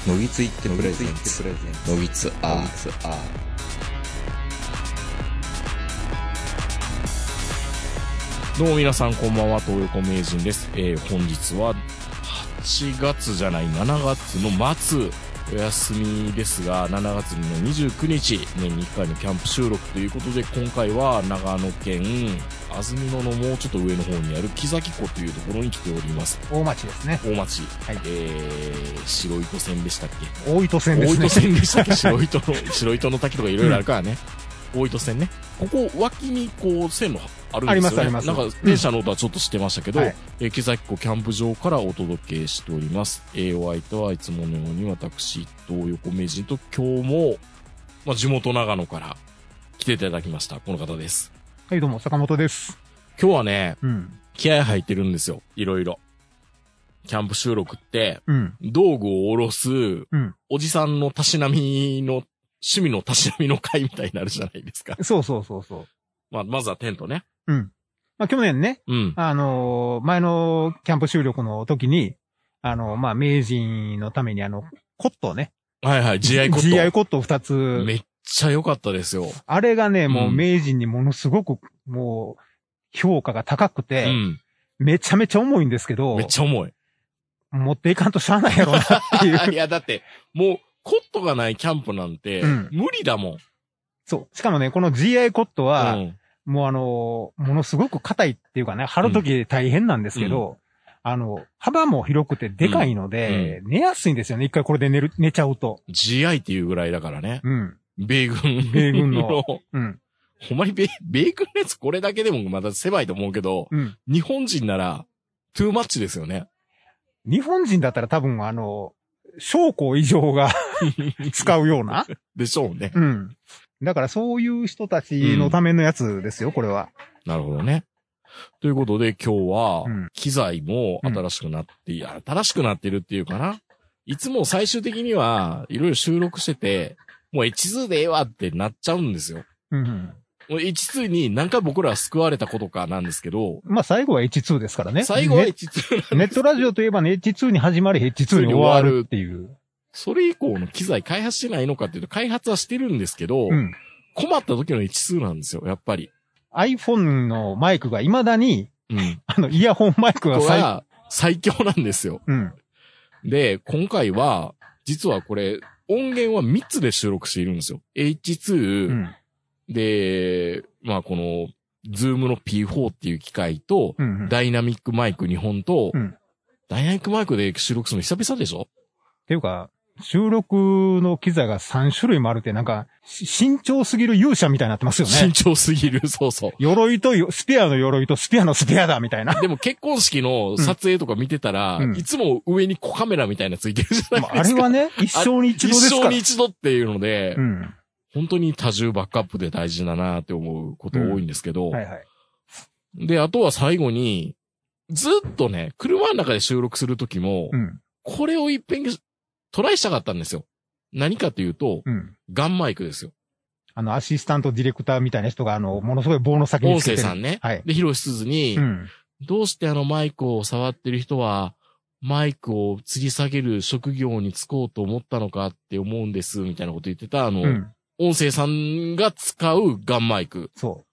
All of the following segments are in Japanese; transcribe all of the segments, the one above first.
のぎついってプレゼンツのぎつアー。 どうも皆さんこんばんは、東横名人です。本日は8月じゃない7月の末お休みですが、7月の29日年に1回のキャンプ収録ということで、今回は長野県安曇野のもうちょっと上の方にある木崎湖というところに来ております。 大町ですね。 大町、 はい、 白糸線でしたっけ？ 大糸線ですね。 大糸線でしたっけ？白糸の滝とかいろいろあるからね。大糸線ね。ここ脇にこう線路あるんですよね。 あります。 なんか電車の音はちょっと知ってましたけど、 はい、 木崎湖キャンプ場からお届けしております。お相手はいつものように私、東横名人と今日も、地元長野から来ていただきました。この方です。 はい、どうも、坂本です。 今日はね、気合入ってるんですよ。いろいろ。キャンプ収録って、道具を下ろす、おじさんのたしなみの、趣味のたしなみの会みたいになるじゃないですか。 そう。 まずはテントね。 去年ね、前のキャンプ収録の時に、名人のためにコットをね。 はいはい、GI コット。 GI コットを2つ。 めっちゃ良かったですよ。 あれがね、もう名人にものすごく、もう、評価が高くて、めちゃめちゃ重いんですけど。 めっちゃ重い。 持っていかんとしゃあないやろなっていう。 いや、だって、もう、コットがないキャンプなんて、無理だもん。 そう。しかもね、この GI コットは、もうものすごく硬いっていうかね、貼るとき大変なんですけど、幅も広くてでかいので、寝やすいんですよね。一回これで寝ちゃうと。 GI っていうぐらいだからね。米軍の。 ほんまに米軍のやつこれだけでもまだ狭いと思うけど、日本人なら、トゥーマッチですよね。 日本人だったら多分将校以上が使うような。 でしょうね。 だからそういう人たちのためのやつですよ、これは。 なるほどね。ということで今日は、機材も新しくなって、新しくなってるっていうかな。いつも最終的にはいろいろ収録してて、もう H2 でええわってなっちゃうんですよ。もう H2 に何回僕らは救われたことかなんですけど。 最後は H2 ですからね。 最後は H2 ネットラジオといえばね、H2 に始まり H2 に終わるっていう。 それ以降の機材開発してないのかっていうと、開発はしてるんですけど、困った時の H2 なんですよ、やっぱり。 iPhone のマイクが未だに、イヤホンマイクが最強なんですよ。で、今回は、実はこれ、音源は3つで収録しているんですよ。H2、で、この、ズームの P4 っていう機械と、ダイナミックマイク2本と、ダイナミックマイクで収録するの久々でしょ？ っていうか、収録の機材が3種類もあるってなんか、慎重すぎる勇者みたいになってますよね。 慎重すぎる、そうそう。 鎧と、スペアの鎧とスペアのスペアだみたいな。 でも結婚式の撮影とか見てたら、いつも上に小カメラみたいなついてるじゃないですか。 あれはね、一生に一度ですから。 一生に一度っていうので、本当に多重バックアップで大事だなって思うこと多いんですけど、で、あとは最後に、ずっとね、車の中で収録するときも、これを一遍トライしたかったんですよ。何かというと、ガンマイクですよ。 アシスタントディレクターみたいな人が、ものすごい棒の先につけてる。 音声さんね。で、広しつつに、どうしてマイクを触ってる人は、マイクを吊り下げる職業に就こうと思ったのかって思うんです、みたいなこと言ってた、音声さんが使うガンマイク。 そう。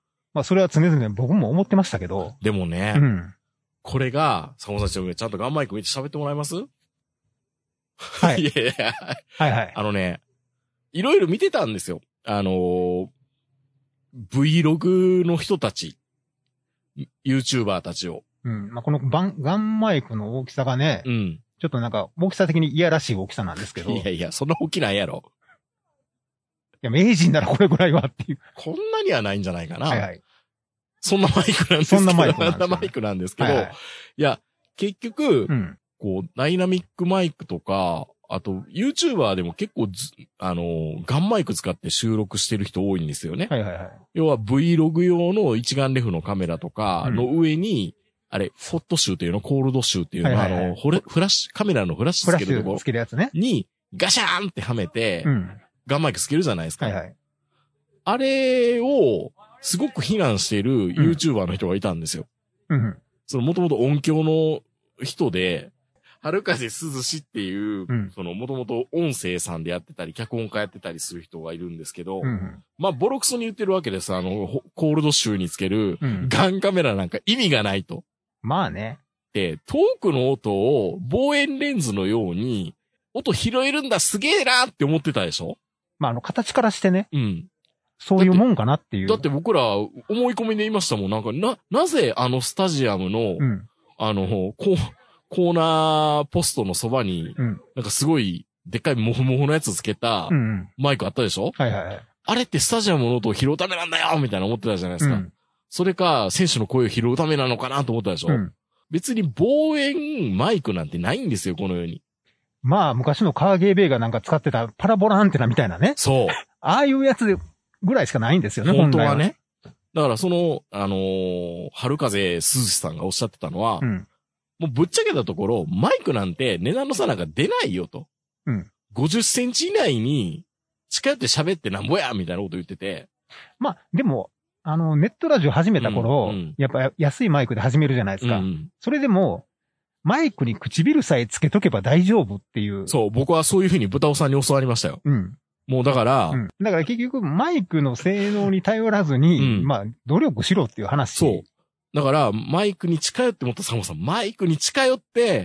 それは常々僕も思ってましたけど。 でもね、これが、坂本さんちゃんとガンマイク見て喋ってもらえます？ はい。 いや。いろいろ見てたんですよ。Vlog の人たち。YouTuber たちを。 このガンマイクの大きさがね、ちょっとなんか、大きさ的にいやらしい大きさなんですけど。 いや、そんな大きないやろ。 いや、名人ならこれぐらいはっていう。 こんなにはないんじゃないかな。そんなマイクなんですけど。 そんなマイクなんですけど。いや、結局、こう、ダイナミックマイクとか、あと、YouTuber でも結構ガンマイク使って収録してる人多いんですよね。要は Vlog 用の一眼レフのカメラとかの上に、フォットシューっていうの、コールドシューっていうの、フラッシュ、カメラのフラッシュつけるところ。 つけるやつね。 に、ガシャーンってはめて、ガンマイクつけるじゃないですか。あれを、すごく非難している YouTuber の人がいたんですよ。その、もともと音響の人で、 春風涼しっていう、その、もともと音声さんでやってたり、脚本家やってたりする人がいるんですけど、まあ、ボロクソに言ってるわけです。コールドシューにつける、ガンカメラなんか意味がないと。 まあね。 で、遠くの音を望遠レンズのように、音拾えるんだ、すげえなって思ってたでしょ？ まあ、形からしてね。 うん。 そういうもんかなっていう。 だって僕ら、思い込みで言いましたもん。なんか、なぜスタジアムの、コーナーポストのそばに、なんかすごい、でっかいモフモフのやつつけた、マイクあったでしょ？ はいはい。 あれってスタジアムの音を拾うためなんだよみたいな思ってたじゃないですか。それか、選手の声を拾うためなのかなと思ったでしょ？別に望遠マイクなんてないんですよ、この世に。 まあ、昔のカーゲーベイがなんか使ってたパラボラアンテナみたいなね。 そう。 ああいうやつぐらいしかないんですよね、 本当はね。だから春風涼しさんがおっしゃってたのは、もうぶっちゃけたところ、マイクなんて値段の差なんか出ないよと。50センチ以内に近寄って喋ってなんぼやみたいなこと言ってて。 まあ、でも、ネットラジオ始めた頃、やっぱ安いマイクで始めるじゃないですか。それでも、マイクに唇さえつけとけば大丈夫っていう。 そう、僕はそういうふうに豚尾さんに教わりましたよ。もうだから、 だから結局マイクの性能に頼らずに、まあ、努力しろっていう話。 そう。だから、マイクに近寄ってもっとサモさん、マイクに近寄って、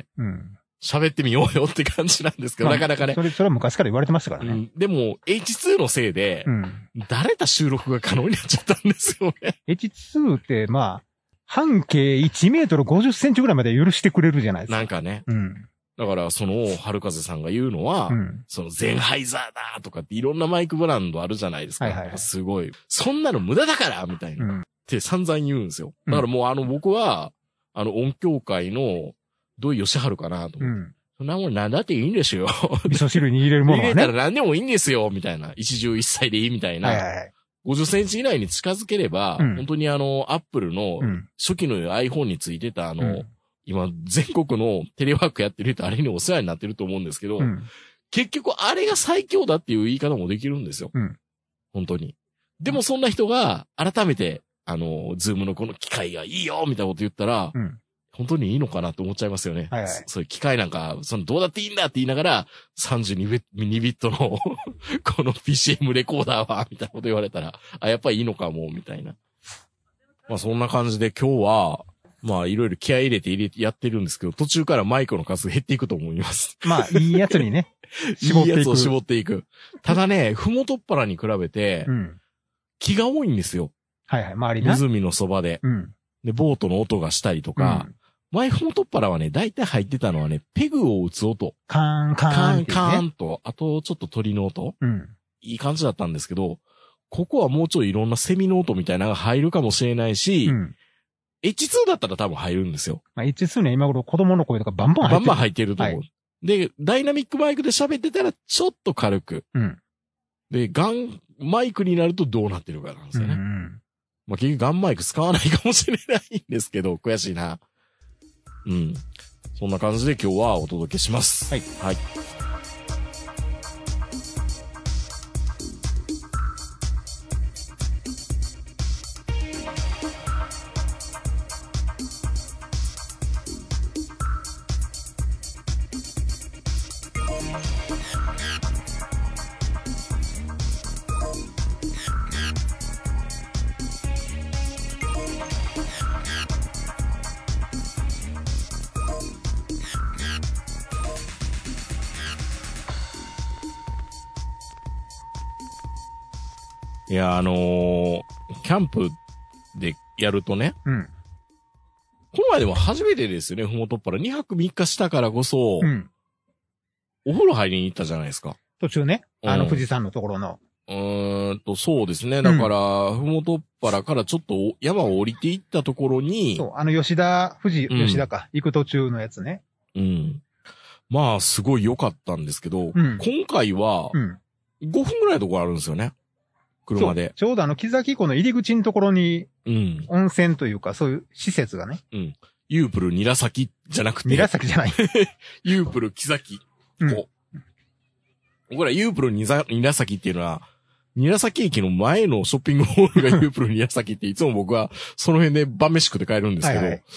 喋ってみようよって感じなんですけど、なかなかね。 それは昔から言われてましたからね。 でも、H2 のせいで、慣れた収録が可能になっちゃったんですよね。 H2 って、まあ、半径1メートル50センチぐらいまで許してくれるじゃないですか。 なんかね。だから、春風さんが言うのは、ゼンハイザーだとかっていろんなマイクブランドあるじゃないですか。すごい。そんなの無駄だからみたいな。って散々言うんですよ。だからもう僕は、音響界の土井善晴かなと思って。そんなもんなんだっていいんですよ。 味噌汁に入れるものはね。 入れたら何でもいいんですよ、みたいな。一汁一菜でいいみたいな。50センチ以内に近づければ、本当にアップルの初期の iPhone についてた今、全国のテレワークやってる人あれにお世話になってると思うんですけど、結局あれが最強だっていう言い方もできるんですよ。本当に。でもそんな人が改めて、ズームのこの機械がいいよみたいなこと言ったら、本当にいいのかなって思っちゃいますよね。そういう機械なんか、どうだっていいんだって言いながら、32ビットのこの PCM レコーダーは、みたいなこと言われたら、やっぱりいいのかも、みたいな。まあそんな感じで今日は、まあいろいろ気合い入れてやってるんですけど、途中からマイクの数減っていくと思います。 まあいいやつにね。 いいやつを絞っていく。ただね、ふもとっぱらに比べて、気が多いんですよ。 周りな。 湖のそばで。で、ボートの音がしたりとか、前ふもとっぱらはね、大体入ってたのはね、ペグを打つ音。 カーン、カーン、 カーンと、あとちょっと鳥の音。いい感じだったんですけど、ここはもうちょいいろんなセミの音みたいなのが入るかもしれないし、H2 だったら多分入るんですよ。 H2 ね、今頃子供の声とかバンバン入ってる。 バンバン入ってると思う。で、ダイナミックマイクで喋ってたらちょっと軽く。で、マイクになるとどうなってるかなんですよね。まあ、結局ガンマイク使わないかもしれないんですけど、悔しいな。そんな感じで今日はお届けします。はい。いや、キャンプでやるとね。この前でも初めてですよね、ふもとっぱら。2泊3日したからこそ、お風呂入りに行ったじゃないですか。 途中ね、富士山のところの。 そうですね。だから、ふもとっぱらからちょっと山を降りていったところに。 そう、吉田か、行く途中のやつね。 まあ、すごい良かったんですけど、今回は、5分ぐらいのところあるんですよね。車で。 ちょうど木崎湖の入り口のところに、温泉というか、そういう施設がね。 ユープル韮崎じゃなくて。 韮崎じゃない。 ユープル木崎湖。これユープル韮崎っていうのは、韮崎駅の前のショッピングモールがユープル韮崎っていつも僕はその辺で晩飯食って帰るんですけど、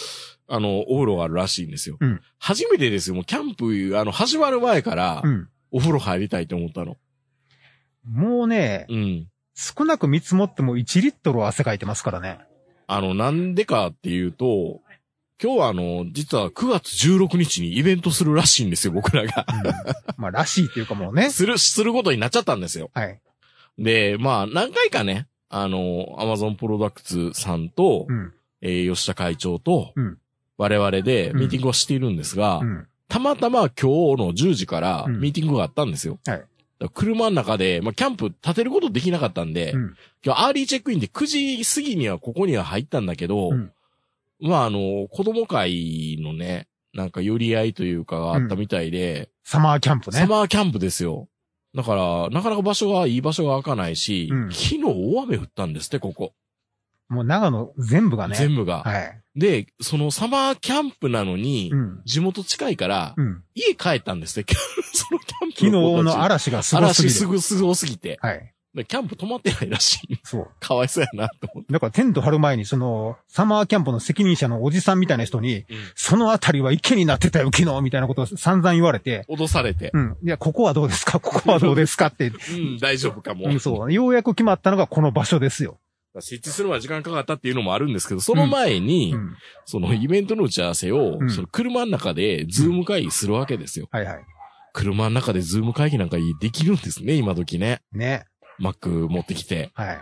お風呂があるらしいんですよ。 うん。 初めてですよ。もうキャンプ、始まる前から、お風呂入りたいと思ったの。 もうね、少なく見積もっても1リットル汗かいてますからね。 なんでかっていうと、今日は実は9月16日にイベントするらしいんですよ、僕らが。 まあ、らしいっていうかもうね。 することになっちゃったんですよ。 はい。 で、まあ、何回かね、Amazon プロダクツさんと、吉田会長と、我々でミーティングをしているんですが、たまたま今日の10時からミーティングがあったんですよ。はい。車の中で、まあ、キャンプ立てることできなかったんで、今日アーリーチェックインで9時過ぎにはここには入ったんだけど、まあ、子供会のね、なんか寄り合いというかがあったみたいで、 サマーキャンプね。 サマーキャンプですよ。だから、なかなかいい場所が開かないし、昨日大雨降ったんですって、ここ。 もう長野全部がね。 全部が。 はい。 で、そのサマーキャンプなのに、地元近いから、家帰ったんですって、そのキャンプ昨日の嵐がすごすぎて。 嵐すごすぎて。 はい。 キャンプ止まってないらしい。 そう。 かわいそうやな、と思って。 だからテント張る前に、サマーキャンプの責任者のおじさんみたいな人に、そのあたりは池になってたよ、昨日みたいなことを散々言われて。 脅されて。 いや、ここはどうですかここはどうですかって。 大丈夫かも。 そう。ようやく決まったのがこの場所ですよ。 設置するまで時間かかったっていうのもあるんですけど、その前に、そのイベントの打ち合わせを、その車の中でズーム会議するわけですよ。 はいはい。 車の中でズーム会議なんかできるんですね、今時ね。 ね。 Mac 持ってきて。 はい。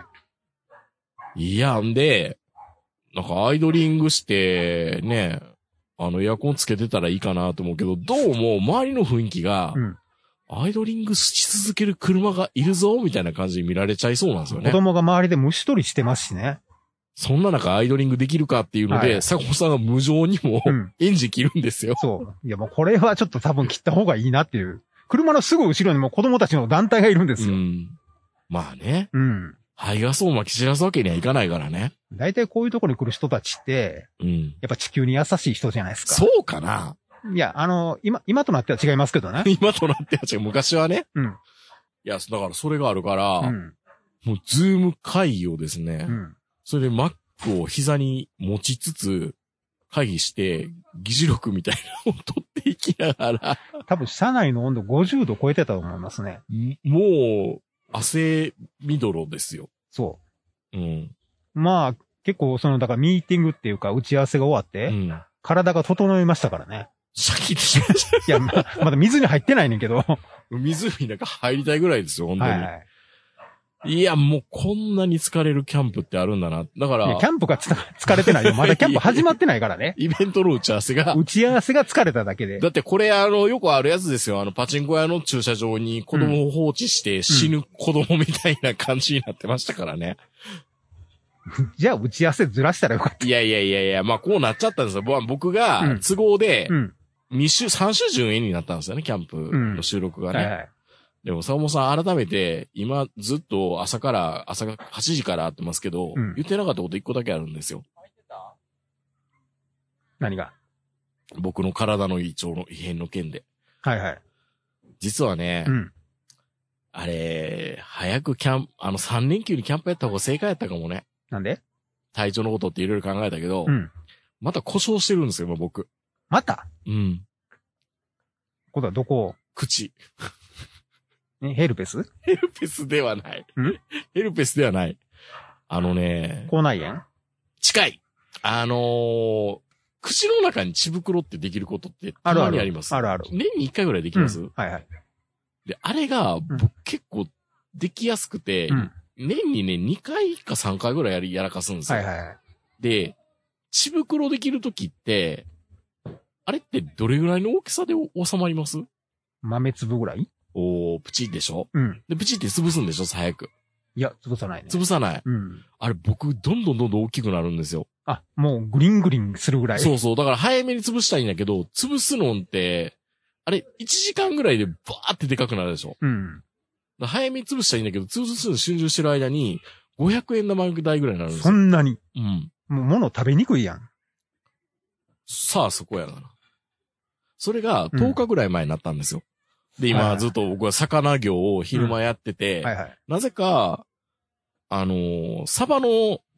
いや、んで、なんかアイドリングして、ね、エアコンつけてたらいいかなと思うけど、どうも周りの雰囲気が、アイドリングし続ける車がいるぞ、みたいな感じに見られちゃいそうなんですよね。 子供が周りで虫取りしてますしね。 そんな中アイドリングできるかっていうので、坂本さんが無情にも、エンジン切るんですよ。 そう。いやもうこれはちょっと多分切った方がいいなっていう。車のすぐ後ろにも子供たちの団体がいるんですよ。 まあね。排ガスをまき散らすわけにはいかないからね。 大体こういうところに来る人たちって、やっぱ地球に優しい人じゃないですか。 そうかな。 いや、今となっては違いますけどね。 今となっては違う。昔はね。いや、だからそれがあるから、もうズーム会議をですね、それで Mac を膝に持ちつつ、会議して、議事録みたいなのを取っていきながら。 多分車内の温度50度超えてたと思いますね。 もう、汗みどろですよ。 そう。まあ、結構だからミーティングっていうか打ち合わせが終わって、体が整いましたからね。 シャキッとしました。 いや、まだ水に入ってないねんけど。 湖なんか入りたいぐらいですよ、本当に。いや、もうこんなに疲れるキャンプってあるんだな。だから。 いや、キャンプが疲れてないよ。まだキャンプ始まってないからね。 イベントの打ち合わせが。 打ち合わせが疲れただけで。 だってこれよくあるやつですよ。パチンコ屋の駐車場に子供を放置して死ぬ子供みたいな感じになってましたからね。 じゃあ打ち合わせずらしたらよかった。 いや、まあこうなっちゃったんですよ。僕が都合で、3週順延になったんですよね、キャンプの収録がね。でも、坂本さん改めて、今ずっと朝8時から会ってますけど、言ってなかったこと1個だけあるんですよ。 何が？ 僕の体の異変の件で。 はいはい。 実はね、あれ、早く3連休にキャンプやった方が正解やったかもね。 なんで？ 体調のことっていろいろ考えたけど、また故障してるんですよ、今僕。 また？ことはどこ？ 口。 ヘルペス？ ヘルペスではない。ヘルペスではない。 口内炎？ 近い。口の中に血袋ってできることってたまにあります。 ある。 年に1回ぐらいできます？ はいはい。 で、あれが、僕結構できやすくて、年にね、2回か3回ぐらいやらかすんですよ。 はいはい。 で、血袋できるときって、あれってどれぐらいの大きさで収まります？ 豆粒ぐらい？ プチでしょ？で、プチって潰すんでしょ？早く。 いや、潰さないね。 潰さない。あれ僕、どんどん大きくなるんですよ。 あ、もうグリングリンするぐらい。 そう。だから早めに潰したいんだけど、潰すのって、あれ、1時間ぐらいでバーってでかくなるでしょ？早めに潰したいんだけど、潰すの集中してる間に、500円玉台ぐらいになるんですよ。 そんなに？ もう物食べにくいやん。 さあ、そこやな。それが10日ぐらい前になったんですよ。で、今ずっと僕は魚業を昼間やってて、なぜか、サバの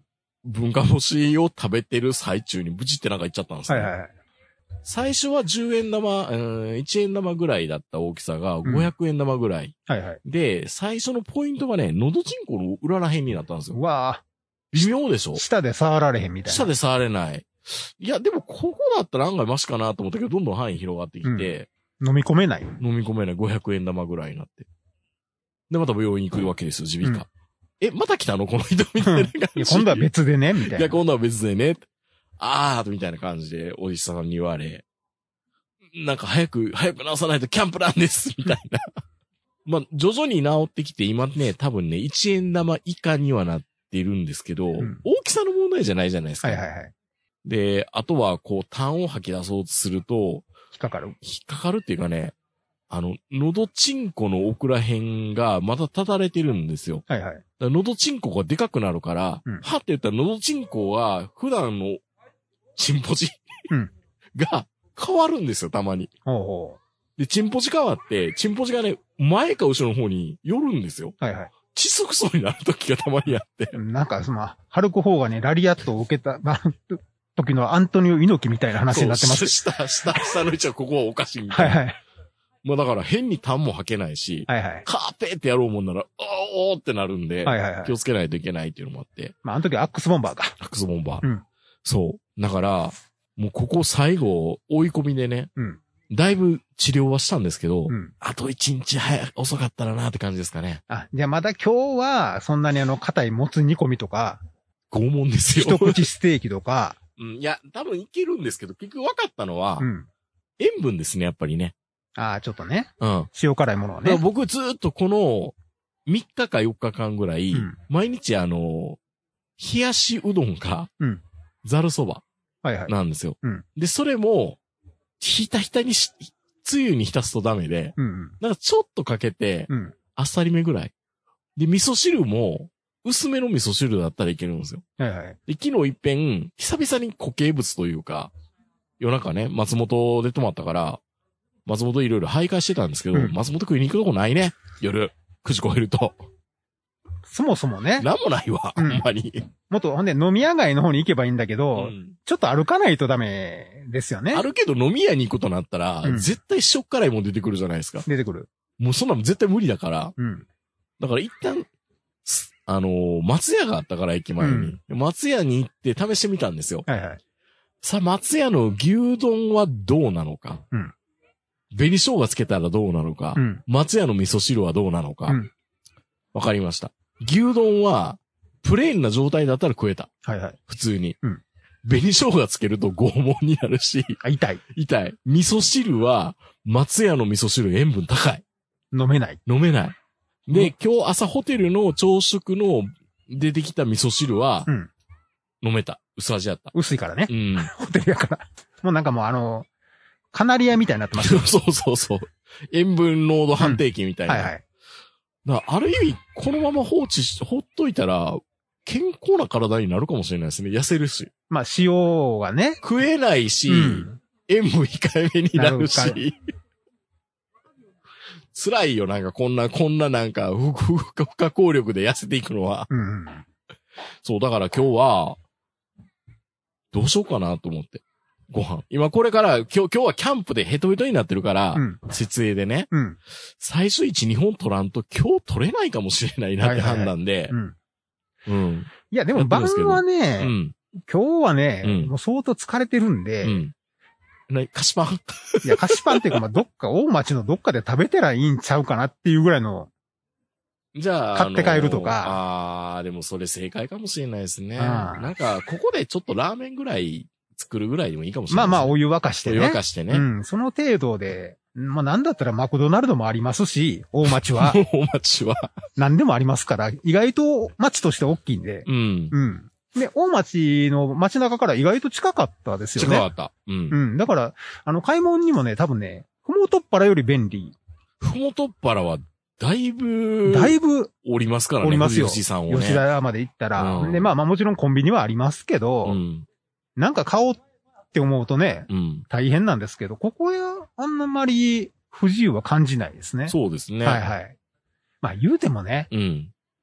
文化干しを食べてる最中にブチってなんか言っちゃったんですよ。 はいはい。 最初は10円玉、1円玉ぐらいだった大きさが500円玉ぐらい。 はいはい。 で、最初のポイントがね、喉チンコの裏ら辺になったんですよ。 うわ微妙でしょ？ 舌で触られへんみたいな。 舌で触れない。いや、でもここだったら案外マシかなと思ったけど、どんどん範囲広がってきて、 飲み込めない。 飲み込めない500円玉ぐらいになって。で、また病院行くわけですよ、耳鼻科。また来たのこの人みたいな感じ。 いや今度は別でねみたいな。 いや、今度は別でね。みたいな感じで、お医者さんに言われ。なんか早く治さないとキャンプなんです、みたいな。まあ、徐々に治ってきて、今ね、多分ね、1円玉以下にはなってるんですけど、大きさの問題じゃないじゃないですか。 はいはいはい。 で、あとは、こう、痰を吐き出そうとすると、 引っかかるっていうかね、喉チンコの奥ら辺がまた立たれてるんですよ。 はいはい。 喉チンコがでかくなるから、はって言ったら喉チンコは普段のチンポジが変わるんですよ、たまに。で、チンポジ変わって、チンポジがね、前か後ろの方に寄るんですよ。 はいはい。 窒息そうになる時がたまにあって。 なんか、ハルク・ホーガンにラリアットを受けた、時のアントニオ猪木みたいな話になってます。 下の位置はここはおかしいみたいな。はいはい。まあだから変に痰も吐けないし、はいはい。カーペーってやろうもんなら、おーってなるんで、はいはいはい。気をつけないといけないっていうのもあって。 まああの時はアックスボンバーか。 アックスボンバー。うん。そう。だから、もうここ最後、追い込みでね、うん。だいぶ治療はしたんですけど、うん。あと1日遅かったらなって感じですかね。 じゃあまだ今日は、そんなに硬いもつ煮込みとか、 拷問ですよ。 一口ステーキとか、 うん。いや、多分いけるんですけど、結局分かったのは、うん。塩分ですね、やっぱりね。 ちょっとね。 うん。 塩辛いものはね。 僕ずっとこの3日か4日間ぐらい、うん、毎日冷やしうどんか、うん。ざるそば。はいはい。なんですよ。うん。で、それも、ひたひたにつゆに浸すとダメで、うんうん。なんかちょっとかけて、うん。あっさりめぐらい。で、味噌汁も、薄めの味噌汁だったらいけるんですよ。はいはい。で、昨日一遍、久々に固形物というか、夜中ね、松本で泊まったから、松本いろいろ徘徊してたんですけど、うん、松本食いに行くとこないね。夜、9時超えると。 そもそもね。 なんもないわ、ほんまに。 もっと、ほんで飲み屋街の方に行けばいいんだけど、ちょっと歩かないとダメですよね。 あるけど飲み屋に行くとなったら、絶対塩辛いもん出てくるじゃないですか。 出てくる。 もうそんなの絶対無理だから。だから一旦、松屋があったから駅前に。松屋に行って試してみたんですよ。はいはい。さあ、松屋の牛丼はどうなのか。紅生姜つけたらどうなのか。松屋の味噌汁はどうなのか。わかりました。牛丼は、プレーンな状態だったら食えた。はいはい。普通に。紅生姜つけると拷問になるし。 痛い。 痛い。味噌汁は、松屋の味噌汁塩分高い。 飲めない。 で、今日朝ホテルの朝食の出てきた味噌汁は、飲めた。薄味やった。 薄いからね。ホテルやから。もうなんかもうカナリアみたいになってますよ。 そう。塩分濃度判定器みたいな。はいはい。だからある意味、このままほっといたら、健康な体になるかもしれないですね。痩せるし。 まあ、塩がね。 食えないし、塩分控えめになるし。辛いよ、なんかこんななんか、不可抗力で痩せていくのは。そう、だから今日は、どうしようかなと思って。ご飯。今これから、今日はキャンプでヘトヘトになってるから、設営でね。最初1、2本取らんと今日取れないかもしれないなって判断で。 いや、でも晩はね、今日はね、もう相当疲れてるんで、 菓子パンいや、菓子パンっていうか、まあ、大町のどっかで食べてらいいんちゃうかなっていうぐらいの。 じゃあ、 買って帰るとか。 でもそれ正解かもしれないですね。なんか、ここでちょっとラーメンぐらい作るぐらいでもいいかもしれない、 まあ、お湯沸かしてね。 お湯沸かしてね。 その程度で、まあ、なんだったらマクドナルドもありますし、大町は。何でもありますから、意外と町として大きいんで。で、大町の街中から意外と近かったですよね。 近かった。 だから、買い物にもね、多分ね、ふもとっぱらより便利。 ふもとっぱらは、だいぶ、おりますからね。 おりますよ。 吉さんをね。 吉田屋まで行ったら。で、まあもちろんコンビニはありますけど、なんか買おうって思うとね、大変なんですけど、ここはあんまり不自由は感じないですね。 そうですね。 はいはい。まあ言うてもね、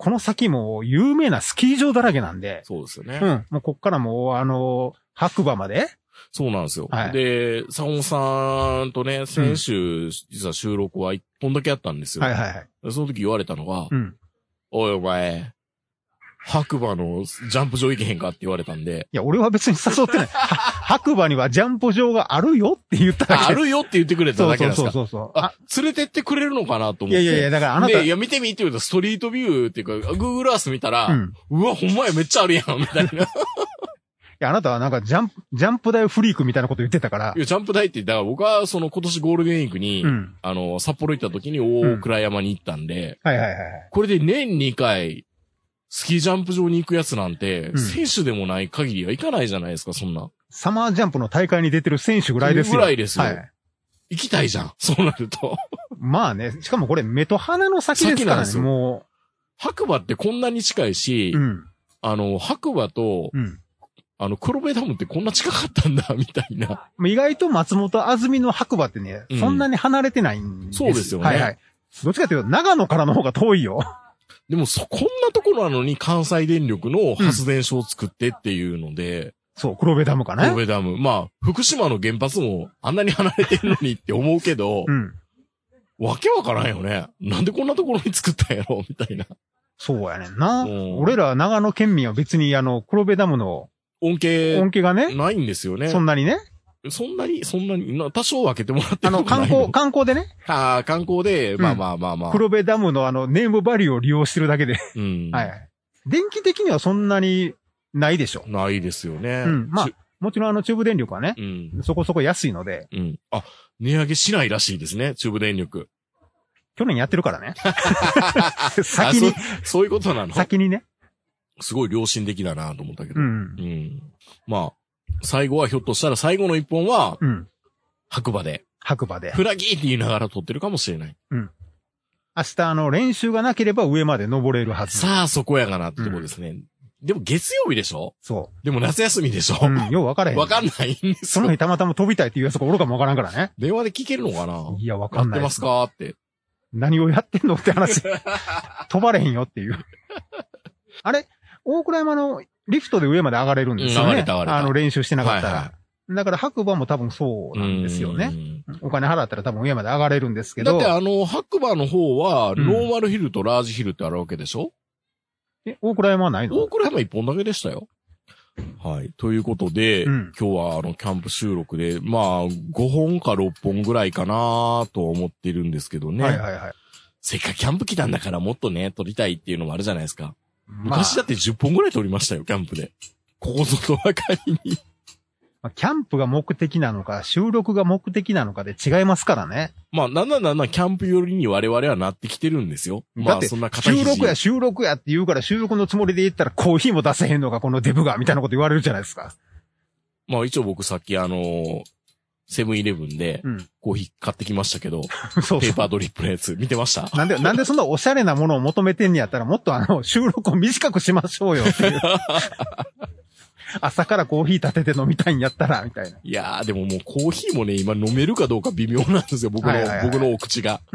この先も有名なスキー場だらけなんで。 そうですよね。 うん。もうこっからも白馬まで。 そうなんですよ。 はい、 で、坂本さんとね、先週、実は収録は1本だけあったんですよ。 はいはいはい。 その時言われたのが、 うん。 おいお前、白馬のジャンプ場行けへんかって言われたんで。 いや、俺は別に誘ってない。白馬にはジャンプ場があるよって言っただけ。 あるよって言ってくれただけなんですか。 そう。 連れてってくれるのかなと思って。 いや、だからあなた。 いや、見てみって言うと、ストリートビューっていうか、Google Earth 見たら、うわ、ほんまや、めっちゃあるやん、みたいな。いや、あなたはなんかジャンプ台フリークみたいなこと言ってたから。 いや、ジャンプ台って、だから僕は今年ゴールデンウィークに、札幌行った時に大倉山に行ったんで、 はい。 これで年2回、スキージャンプ場に行くやつなんて、選手でもない限りは行かないじゃないですか、そんな。 サマージャンプの大会に出てる選手ぐらいですよ。 ぐらいですよ。 はい。 行きたいじゃん、そうなると。 まあね、しかもこれ目と鼻の先ですからね、もう。 白馬ってこんなに近いし、白馬と、黒部ダムってこんな近かったんだ、みたいな。 意外と松本あずみの白馬ってね、そんなに離れてないんです。 そうですよね。 はい。どっちかというと、長野からの方が遠いよ。 でもこんなところなのに関西電力の発電所を作ってっていうので。 そう、黒部ダムかね。 黒部ダム。まあ、福島の原発もあんなに離れてるのにって思うけど、わけわからんよね。なんでこんなところに作ったんやろみたいな。 そうやねんな。俺ら長野県民は別に黒部ダムの恩恵がね。 ないんですよね。 そんなにね。 そんなに、多少分けてもらってる観光でね。 観光で、まあ。 黒部ダムのネームバリューを利用してるだけで。 はい。 電気的にはそんなにないでしょ。 ないですよね。 まあ、もちろん中部電力はね。そこそこ安いので。 あ、値上げしないらしいですね、中部電力。 去年やってるからね。先に。 そういうことなの？ 先にね。 すごい良心的だなと思ったけど。まあ、最後はひょっとしたら最後の一本は、白馬で。フラギーって言いながら撮ってるかもしれない。 明日練習がなければ上まで登れるはず。 さあ、そこやがなってとこですね。でも月曜日でしょ？ そう。 でも夏休みでしょ？ よう分からへん。 分かんないんですよ。 その日たまたま飛びたいっていうやつがおるかも分からんからね。 電話で聞けるのかな？ いや、分かんない。 やってますかって。 何をやってんのって話。飛ばれへんよっていう。あれ大倉山のリフトで上まで上がれるんですよね。上がれた。練習してなかったら。だから白馬も多分そうなんですよね。お金払ったら多分上まで上がれるんですけど。 だって白馬の方は、ノーマルヒルとラージヒルってあるわけでしょ？ 大倉山はないの？ 大倉山一本だけでしたよ。はい。ということで、今日はキャンプ収録で、まあ、5本か6本ぐらいかなと思ってるんですけどね。せっかくキャンプ来たんだからもっとね、撮りたいっていうのもあるじゃないですか。昔だって10本ぐらい撮りましたよ、キャンプで。ここぞとばかりに。 キャンプが目的なのか、収録が目的なのかで違いますからね。 まあ、なんだキャンプ寄りに我々はなってきてるんですよ。 だって、収録やって言うから収録のつもりで言ったらコーヒーも出せへんのか、このデブが、みたいなこと言われるじゃないですか。 まあ一応僕さっきセブンイレブンでコーヒー買ってきましたけど、そうペーパードリップのやつ見てました？ なんでそんなおしゃれなものを求めてんにやったらもっと収録を短くしましょうよっていう。朝からコーヒー立てて飲みたいんやったら、みたいな。 いやー、でももうコーヒーもね、今飲めるかどうか微妙なんですよ、僕のお口が。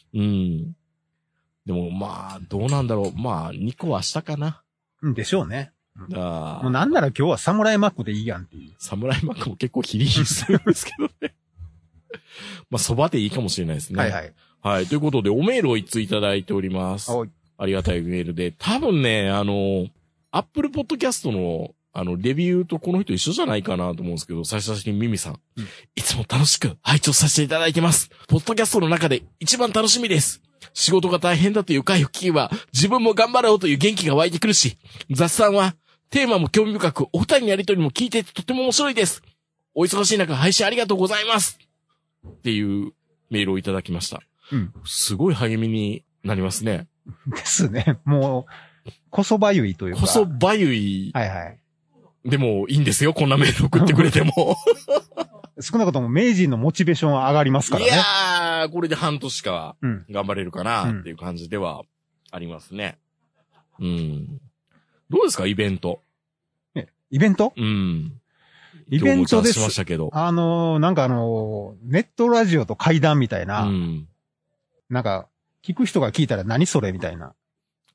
でもまあ、どうなんだろう。まあ、2個は明日かな。 でしょうね。もうなんなら今日はサムライマックでいいやんっていう。 サムライマックも結構ヒリヒリするんですけどね。まあ、蕎麦でいいかもしれないですね。はい。ということで、おメールを1通いただいております。ありがたいメールで。多分ね、アップルポッドキャストのレビューとこの人一緒じゃないかなと思うんですけど、最初にミミさん。いつも楽しく拝聴させていただいてます。ポッドキャストの中で一番楽しみです。仕事が大変だという回を聞けば、自分も頑張ろうという元気が湧いてくるし、雑談はテーマも興味深く、お二人のやりとりも聞いててとても面白いです。お忙しい中配信ありがとうございます。っていうメールをいただきました。すごい励みになりますね。 ですね。もう、こそばゆいというか。 こそばゆい。でもいいんですよ、こんなメール送ってくれても。 少なくとも名人のモチベーションは上がりますからね。 いやー、これで半年か頑張れるかなっていう感じではありますね。どうですか、イベント。 イベント？イベントです。 しましたけど。 なんかネットラジオと怪談みたいな、なんか、聞く人が聞いたら何それみたいな。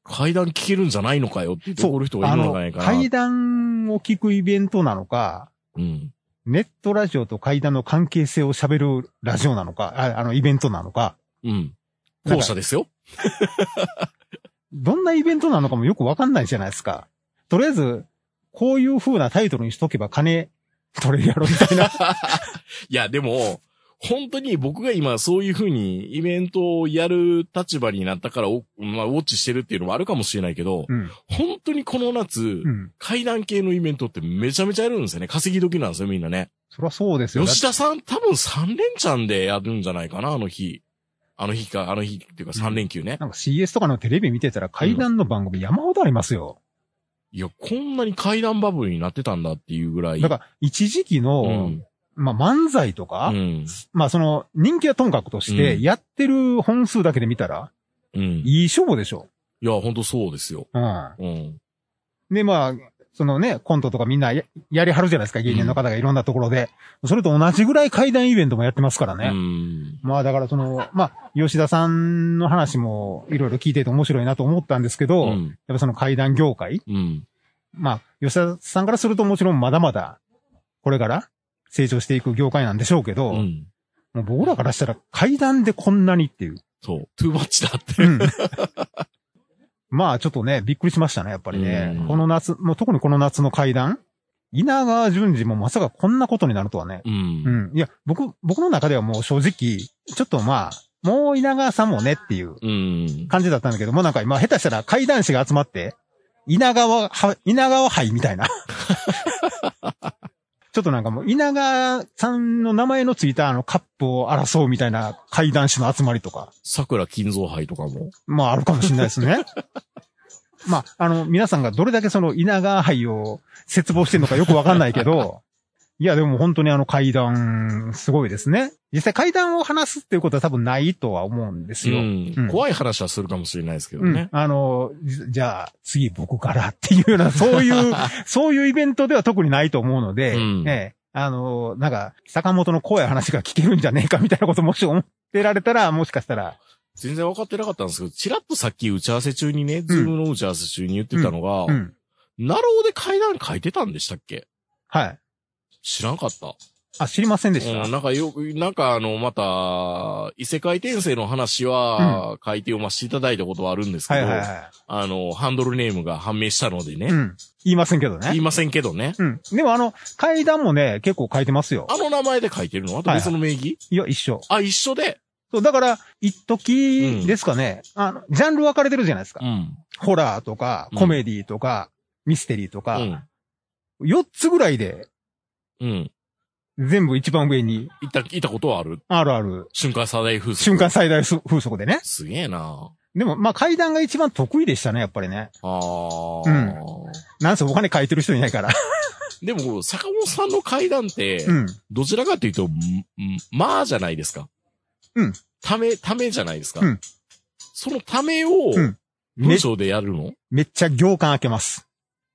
階段聞けるんじゃないのかよって言って怒る人がいるのじゃないかな。 階段を聞くイベントなのか、 うん。 ネットラジオと階段の関係性を喋るラジオなのか、イベントなのか。 うん。後者ですよ。 どんなイベントなのかもよくわかんないじゃないですか。とりあえず、こういう風なタイトルにしとけば金取れるやろみたいな。 いや、でも、本当に僕が今そういう風にイベントをやる立場になったからまあ、ウォッチしてるっていうのもあるかもしれないけど、 うん、 本当にこの夏、階段系のイベントってめちゃめちゃやるんですよね。稼ぎ時なんですよ、みんなね。 そりゃそうですよ。 吉田さん多分3連チャンでやるんじゃないかな、あの日っていうか3連休ね。 なんか CS とかのテレビ見てたら階段の番組山ほどありますよ。 いや、こんなに階段バブルになってたんだっていうぐらい。 だから、一時期の、まあ、漫才とか、まあ、その、人気はともかくとして、やってる本数だけで見たら、いい勝負でしょ。 いや、ほんとそうですよ。 で、まあ、そのね、コントとかみんな やりはるじゃないですか、芸人の方がいろんなところで。それと同じぐらい階段イベントもやってますからね。まあ、だからその、まあ、吉田さんの話もいろいろ聞いてて面白いなと思ったんですけど、やっぱその階段業界、まあ、吉田さんからするともちろんまだまだ、これから成長していく業界なんでしょうけど、もう僕らからしたら階段でこんなにっていう。 そう、トゥーマッチだって。 まあちょっとね、びっくりしましたね、やっぱりね。この夏、もう特にこの夏の階段、稲川淳二もまさかこんなことになるとはね。いや、僕の中ではもう正直、ちょっとまあ、もう稲川さんもねっていう感じだったんだけども、なんか今下手したら階段師が集まって、稲川杯みたいな。ちょっとなんかもう稲川さんの名前のついたカップを争うみたいな階段師の集まりとか。 桜金蔵杯とかも。 まああるかもしれないですね。まあ皆さんがどれだけその稲川杯を切望してるのかよくわかんないけど、いやでも本当に階段すごいですね。実際階段を話すっていうことは多分ないとは思うんですよ。 怖い話はするかもしれないですけどね。 じゃあ次僕からっていうような、そういうイベントでは特にないと思うので、なんか坂本の怖い話が聞けるんじゃねえかみたいなこともし思ってられたら、もしかしたら。 全然分かってなかったんですけど、ちらっとさっき打ち合わせ中にね、ズームの打ち合わせ中に言ってたのが、ナローで階段書いてたんでしたっけ？ はい。 知らんかった。 あ、知りませんでした。 なんかまた、異世界転生の話は、書いて読ませていただいたことはあるんですけど、ハンドルネームが判明したのでね。 言いませんけどね。 言いませんけどね。 でも階段もね、結構書いてますよ。 名前で書いてるの？あと別の名義？ いや、一緒。 あ、一緒で。 そう、だから、一時ですかね、ジャンル分かれてるじゃないですか。ホラーとか、コメディとか、ミステリーとか、4つぐらいで、全部一番上に。 いたことはある？ あるある。 瞬間最大風速。 瞬間最大風速でね。 すげえな。 でも、まあ、階段が一番得意でしたね、やっぱりね。なんせお金書いてる人いないから。 でも、坂本さんの階段って、どちらかというと、まあじゃないですか。ためじゃないですか。そのためを、文章でやるの？ めっちゃ行間開けます。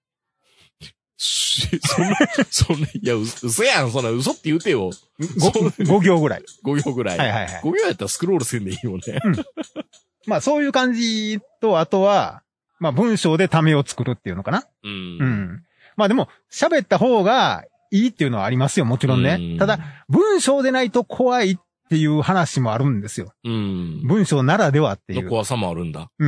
そんな、いや、嘘やん、そんな嘘って言うてよ。 5行ぐらい。 5行ぐらい。5行やったらスクロールせんでいいよね。 まあ、そういう感じと、あとは、まあ、文章でためを作るっていうのかな。まあでも、喋った方がいいっていうのはありますよ、もちろんね。ただ、文章でないと怖いっていう話もあるんですよ。文章ならではっていう。 怖さもあるんだ。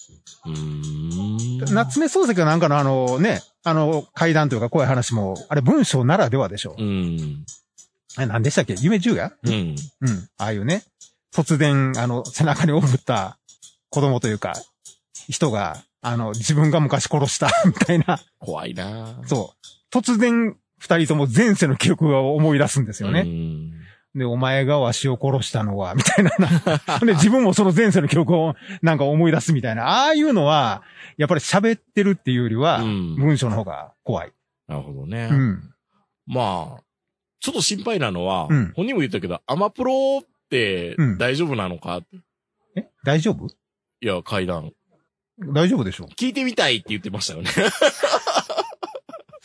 夏目漱石がなんかの階段というか怖い話も、あれ文章ならではでしょ。あれ何でしたっけ？夢十夜？ああいうね、突然、背中におぶった子供というか、人が、自分が昔殺した、みたいな。 怖いなぁ。 そう。突然、二人とも前世の記憶を思い出すんですよね。で、お前がわしを殺したのは、みたいな。で、自分もその前世の記憶をなんか思い出すみたいな。ああいうのは、やっぱり喋ってるっていうよりは、文章の方が怖い。 なるほどね。まあ、ちょっと心配なのは、本人も言ったけど、アマプロって大丈夫なのか、 大丈夫？ いや、階段。 大丈夫でしょ。 聞いてみたいって言ってましたよね。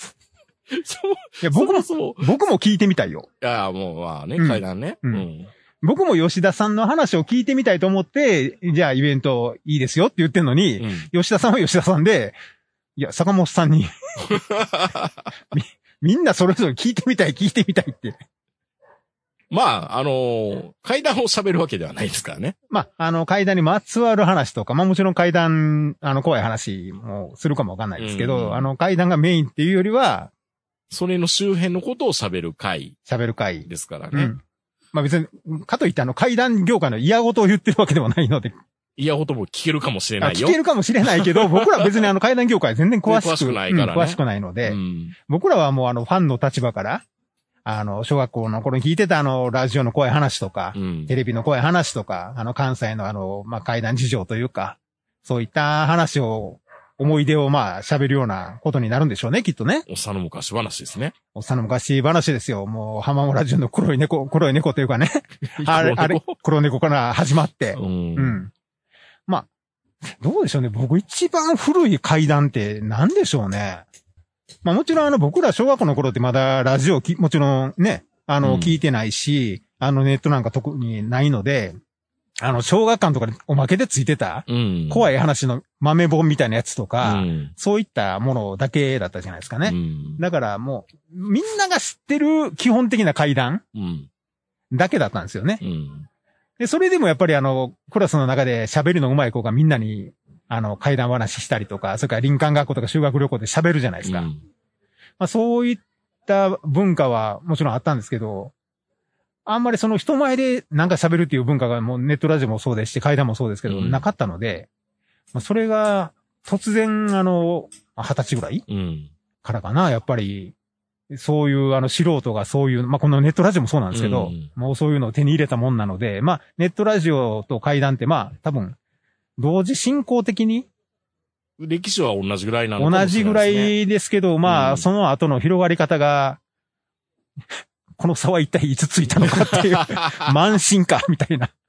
いや僕も聞いてみたいよ。 いや、もうまあね、階段ね。 僕も吉田さんの話を聞いてみたいと思って、じゃあイベントいいですよって言ってんのに、吉田さんは吉田さんで、いや、坂本さんにみんなそれぞれ聞いてみたいって。 まあ、階段を喋るわけではないですからね。 まあ、階段にまつわる話とか、まあもちろん階段、怖い話もするかもわかんないですけど、階段がメインっていうよりは、 それの周辺のことを喋る回ですからね。 まあ別に、かといって階段業界の嫌事を言ってるわけではないので。 嫌事も聞けるかもしれないよ。 聞けるかもしれないけど、僕ら別に階段業界全然詳しくないからね。詳しくないので、僕らはもうファンの立場から、小学校の頃に聞いてたラジオの怖い話とか、テレビの怖い話とか、関西のまあ、怪談事情というか、そういった話を、思い出をまあ、喋るようなことになるんでしょうね、きっとね。 おっさんの昔話ですね。 おっさんの昔話ですよ。もう、浜村淳の黒い猫というかね。あれ、黒猫から始まって。まあ、どうでしょうね。僕一番古い怪談って何でしょうね。まあもちろん僕ら小学校の頃ってまだラジオもちろんね、聞いてないし、ネットなんか特にないので、小学館とかでおまけでついてた、怖い話の豆本みたいなやつとか、そういったものだけだったじゃないですかね。だからもう、みんなが知ってる基本的な怪談だけだったんですよね。で、それでもやっぱりクラスの中で喋るの上手い子がみんなに怪談話したりとか、それから林間学校とか修学旅行で喋るじゃないですか。まあそういった文化はもちろんあったんですけど、あんまりその人前でなんか喋るっていう文化がもうネットラジオもそうですし、怪談もそうですけど、なかったので、まあそれが突然20歳ぐらいからかな、やっぱり、そういう素人がそういう、まあこのネットラジオもそうなんですけど、もうそういうのを手に入れたもんなので、まあネットラジオと怪談ってまあ多分、同時進行的に歴史は同じぐらいなのかもしれないですね。 同じぐらいですけど、まあ、その後の広がり方が、この差は一体いつついたのかっていう、慢心か、みたいな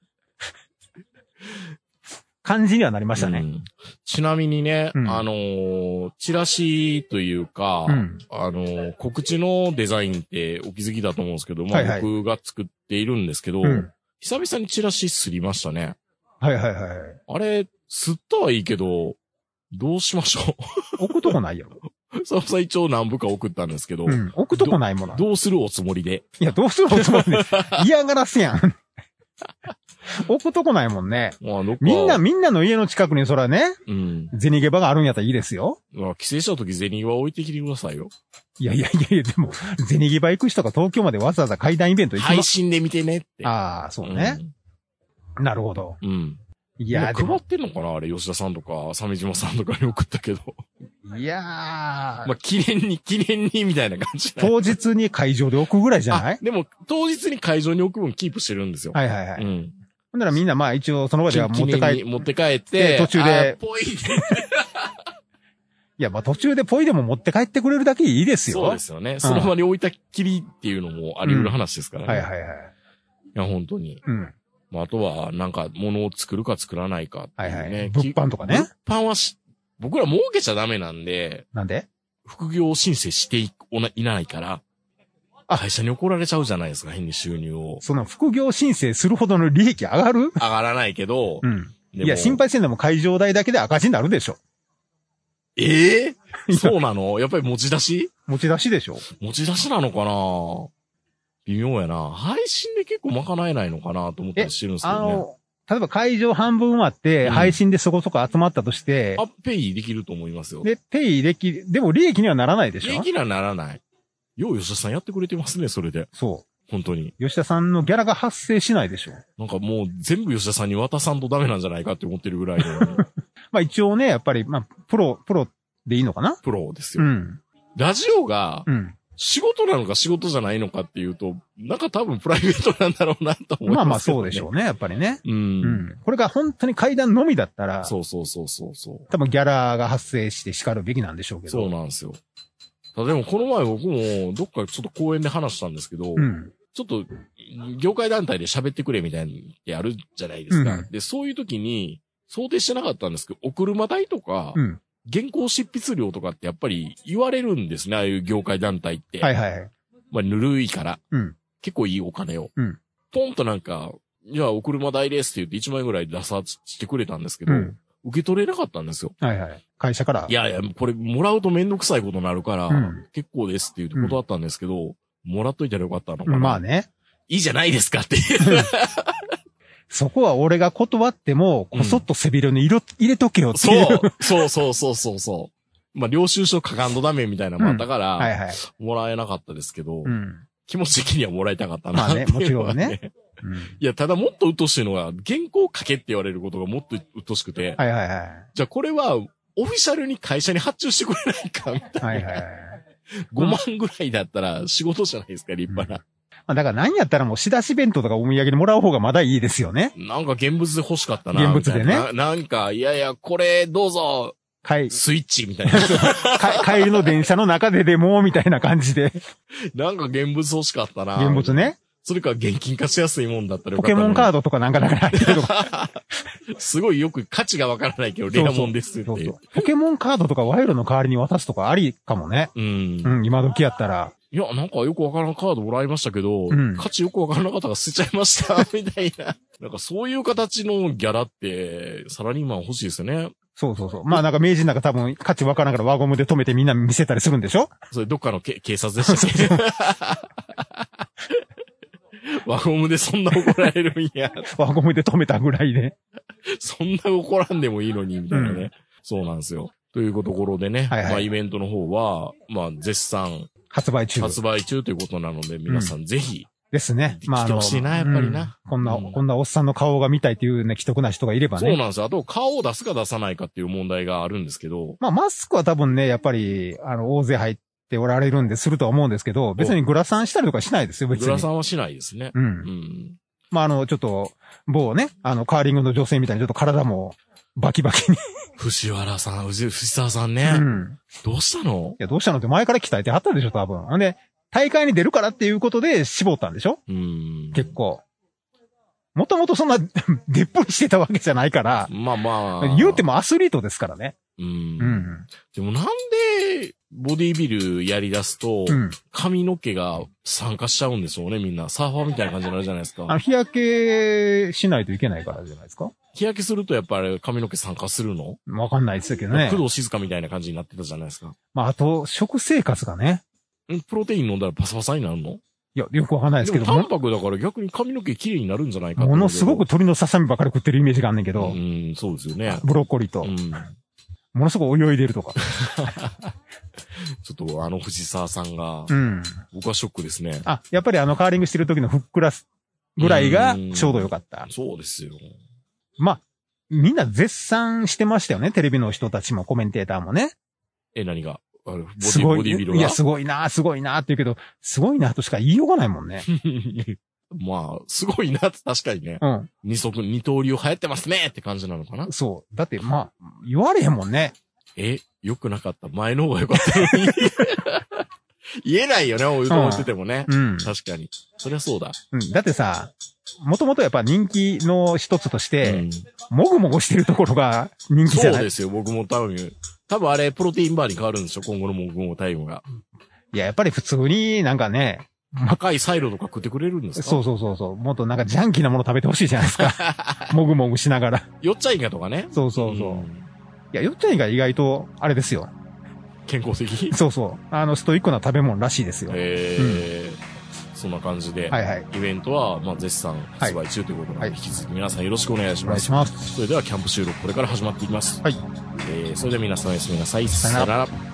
感じにはなりましたね。 ちなみにね、チラシというか、告知のデザインってお気づきだと思うんですけど、まあ僕が作っているんですけど、久々にチラシすりましたね。 あれ、吸ったはいいけど、どうしましょう。置くとこないよ。 その一応何部か送ったんですけど。 置くとこないもの。 どうするおつもりで。 いや、どうするおつもりで。嫌がらせやん。置くとこないもんね。みんなの家の近くにそらね、銭ゲバがあるんやったらいいですよ。 帰省した時銭ゲバ置いてきてくださいよ。 いや、でも、銭ゲバ行く人が東京までわざわざ怪談イベント行く配信で見てねって。 ああ、そうね。なるほど。いや、 配ってんのかなあれ、吉田さんとか、鮫島さんとかに送ったけど。 いやー。 まあ、記念に、みたいな感じ。 当日に会場で置くぐらいじゃない？ でも、当日に会場に置く分キープしてるんですよ。 ほんならみんなまあ一応その場では持って帰って、途中で。 ポイで。 いや、まあ途中でポイでも持って帰ってくれるだけいいですよ。 そうですよね。その場に置いたきりっていうのもあり得る話ですからね。いや、本当に。まあ、あとは、なんか、物を作るか作らないかっていうね。 物販とかね。 物販は僕ら儲けちゃダメなんで。 なんで？ 副業申請していないから、会社に怒られちゃうじゃないですか、変に収入を。 その副業申請するほどの利益上がる？ 上がらないけど。 いや、心配せんでも会場代だけで赤字になるでしょ。 そうなの？やっぱり持ち出しでしょ？ 持ち出しなのかな？微妙やな。配信で結構賄えないのかなと思ったりしてるんですけどね。 例えば会場半分あって、配信でそこそこ集まったとして。 ペイできると思いますよ。 でも利益にはならないでしょ？ 利益にはならない。よう吉田さんやってくれてますね、それで。 そう。 本当に。 吉田さんのギャラが発生しないでしょ？ なんかもう全部吉田さんに渡さんとダメなんじゃないかって思ってるぐらいの。 まあ一応ね、やっぱり、まあ、プロでいいのかな？ プロですよ。ラジオが、仕事なのか仕事じゃないのかっていうと、なんか多分プライベートなんだろうなと思います、ね。 まあそうでしょうね、やっぱりね。これが本当に怪談のみだったら。 そう。 多分ギャラが発生して叱るべきなんでしょうけど。 そうなんですよ。でもこの前僕もどっかちょっと公園で話したんですけど、ちょっと業界団体で喋ってくれみたいにあるじゃないですか。で、そういう時に想定してなかったんですけど、お車代とか、原稿執筆料とかってやっぱり言われるんですね、ああいう業界団体って。まあ、ぬるいから。結構いいお金を。ポンとなんか、 じゃあお車代ですって言って1万円ぐらい出さしてくれたんですけど、受け取れなかったんですよ。 はいはい。会社から。 いやいや、これもらうとめんどくさいことになるから、結構ですって言うことだったんですけど、もらっといたらよかったのかな。 まあね。 いいじゃないですかっていう。 そこは俺が断っても、こそっと背広に入れとけよっていう。 そう。まあ、領収書書かんとダメみたいなのもあったから、もらえなかったですけど、気持ち的にはもらいたかったな。 まあね、もちろんね。 いや、ただもっと鬱陶しいのが、原稿書けって言われることがもっと鬱陶しくて、じゃあこれは、オフィシャルに会社に発注してくれないかみたいな。5万ぐらいだったら仕事じゃないですか、立派な。 だから何やったらもう仕出し弁当とかお土産にもらう方がまだいいですよね。 なんか現物で欲しかったな。 現物でね。 なんか、いやいや、これどうぞ。スイッチみたいな。 帰りの電車の中ででも、みたいな感じで。 なんか現物欲しかったな。 現物ね。 それか現金化しやすいもんだったらよかった。ポケモンカードとかなんか入ってるとか。 すごいよく価値がわからないけど、レアもんですって。そうポケモンカードとかワイルドの代わりに渡すとかありかもね。今時やったら。 いや、なんかよくわからんカードもらいましたけど、価値よくわからなかったから捨てちゃいました、みたいな。なんかそういう形のギャラって、サラリーマン欲しいですよね。 そう。まあなんか名人なんか多分価値わからんから輪ゴムで止めてみんな見せたりするんでしょ？ それどっかの警察でしたっけ？輪ゴムでそんな怒られるんや。 輪ゴムで止めたぐらいで。 そんな怒らんでもいいのに、みたいなね。そうなんですよ。というところでね、まあイベントの方は、まあ絶賛。 発売中ということなので、皆さんぜひ。 ですね。 まあ来てほしいな、やっぱりな。 こんなおっさんの顔が見たいっていうね、既得な人がいればね。 そうなんですよ。あと、顔を出すか出さないかっていう問題があるんですけど。 まあ、マスクは多分ね、やっぱり、大勢入っておられるんでするとは思うんですけど、別にグラサンしたりとかしないですよ、別に。 グラサンはしないですね。 まあ、ちょっと、某ね、カーリングの女性みたいにちょっと体も、バキバキに。 藤沢さんね。どうしたの？ いや、どうしたのって前から鍛えてはったでしょ、多分。で、大会に出るからっていうことで絞ったんでしょ？結構。もともとそんな、でっぽりしてたわけじゃないから。 まあ。 言うてもアスリートですからね。 でもなんで、ボディビルやり出すと、髪の毛が酸化しちゃうんでしょうね、みんな。サーファーみたいな感じになるじゃないですか。 日焼けしないといけないからじゃないですか？ 日焼けするとやっぱり髪の毛酸化するの？ わかんないですけどね。 工藤静香みたいな感じになってたじゃないですか。 まあ、あと、食生活がね。 プロテイン飲んだらパサパサになるの？いや、よくわかんないですけど。 タンパクだから逆に髪の毛綺麗になるんじゃないかものすごく鶏のささみばかり食ってるイメージがあんねんけど。 そうですよね。 ブロッコリーと。ものすごく泳いでるとか。 ちょっと藤沢さんが、僕はショックですね。 やっぱりカーリングしてる時のふっくらぐらいがちょうどよかった。 そうですよ。 まあ、みんな絶賛してましたよね、テレビの人たちもコメンテーターもね。 何が？ボディビルが。 いや、すごいなって言うけど、すごいなとしか言いようがないもんね。 まあ、すごいなって確かにね。二刀流流行ってますねって感じなのかな。 そう。だって、まあ、言われへんもんね。 良くなかった。前の方が良かったのに。言えないよね、お湯と思っててもね。確かに。そりゃそうだ。 だってさ、もともとやっぱ人気の一つとして、もぐもぐしてるところが人気じゃない？ そうですよ、僕も多分あれ、プロテインバーに変わるんでしょ、今後のもぐもぐタイムが。 いや、やっぱり普通になんかね、 赤いサイロとか食ってくれるんですか？ そう。もっとなんかジャンキーなもの食べてほしいじゃないですか。もぐもぐしながら。 よっちゃんイカとかね。 そう。いや、よっちゃんイカ意外と、あれですよ。 健康的？ そう。ストイックな食べ物らしいですよ。 そんな感じで、イベントは、まあ、絶賛発売中ということなので、引き続き皆さんよろしくお願いします。 お願いします。 それではキャンプ収録これから始まっていきます。 はい。 それでは皆さんおやすみなさい。さよなら。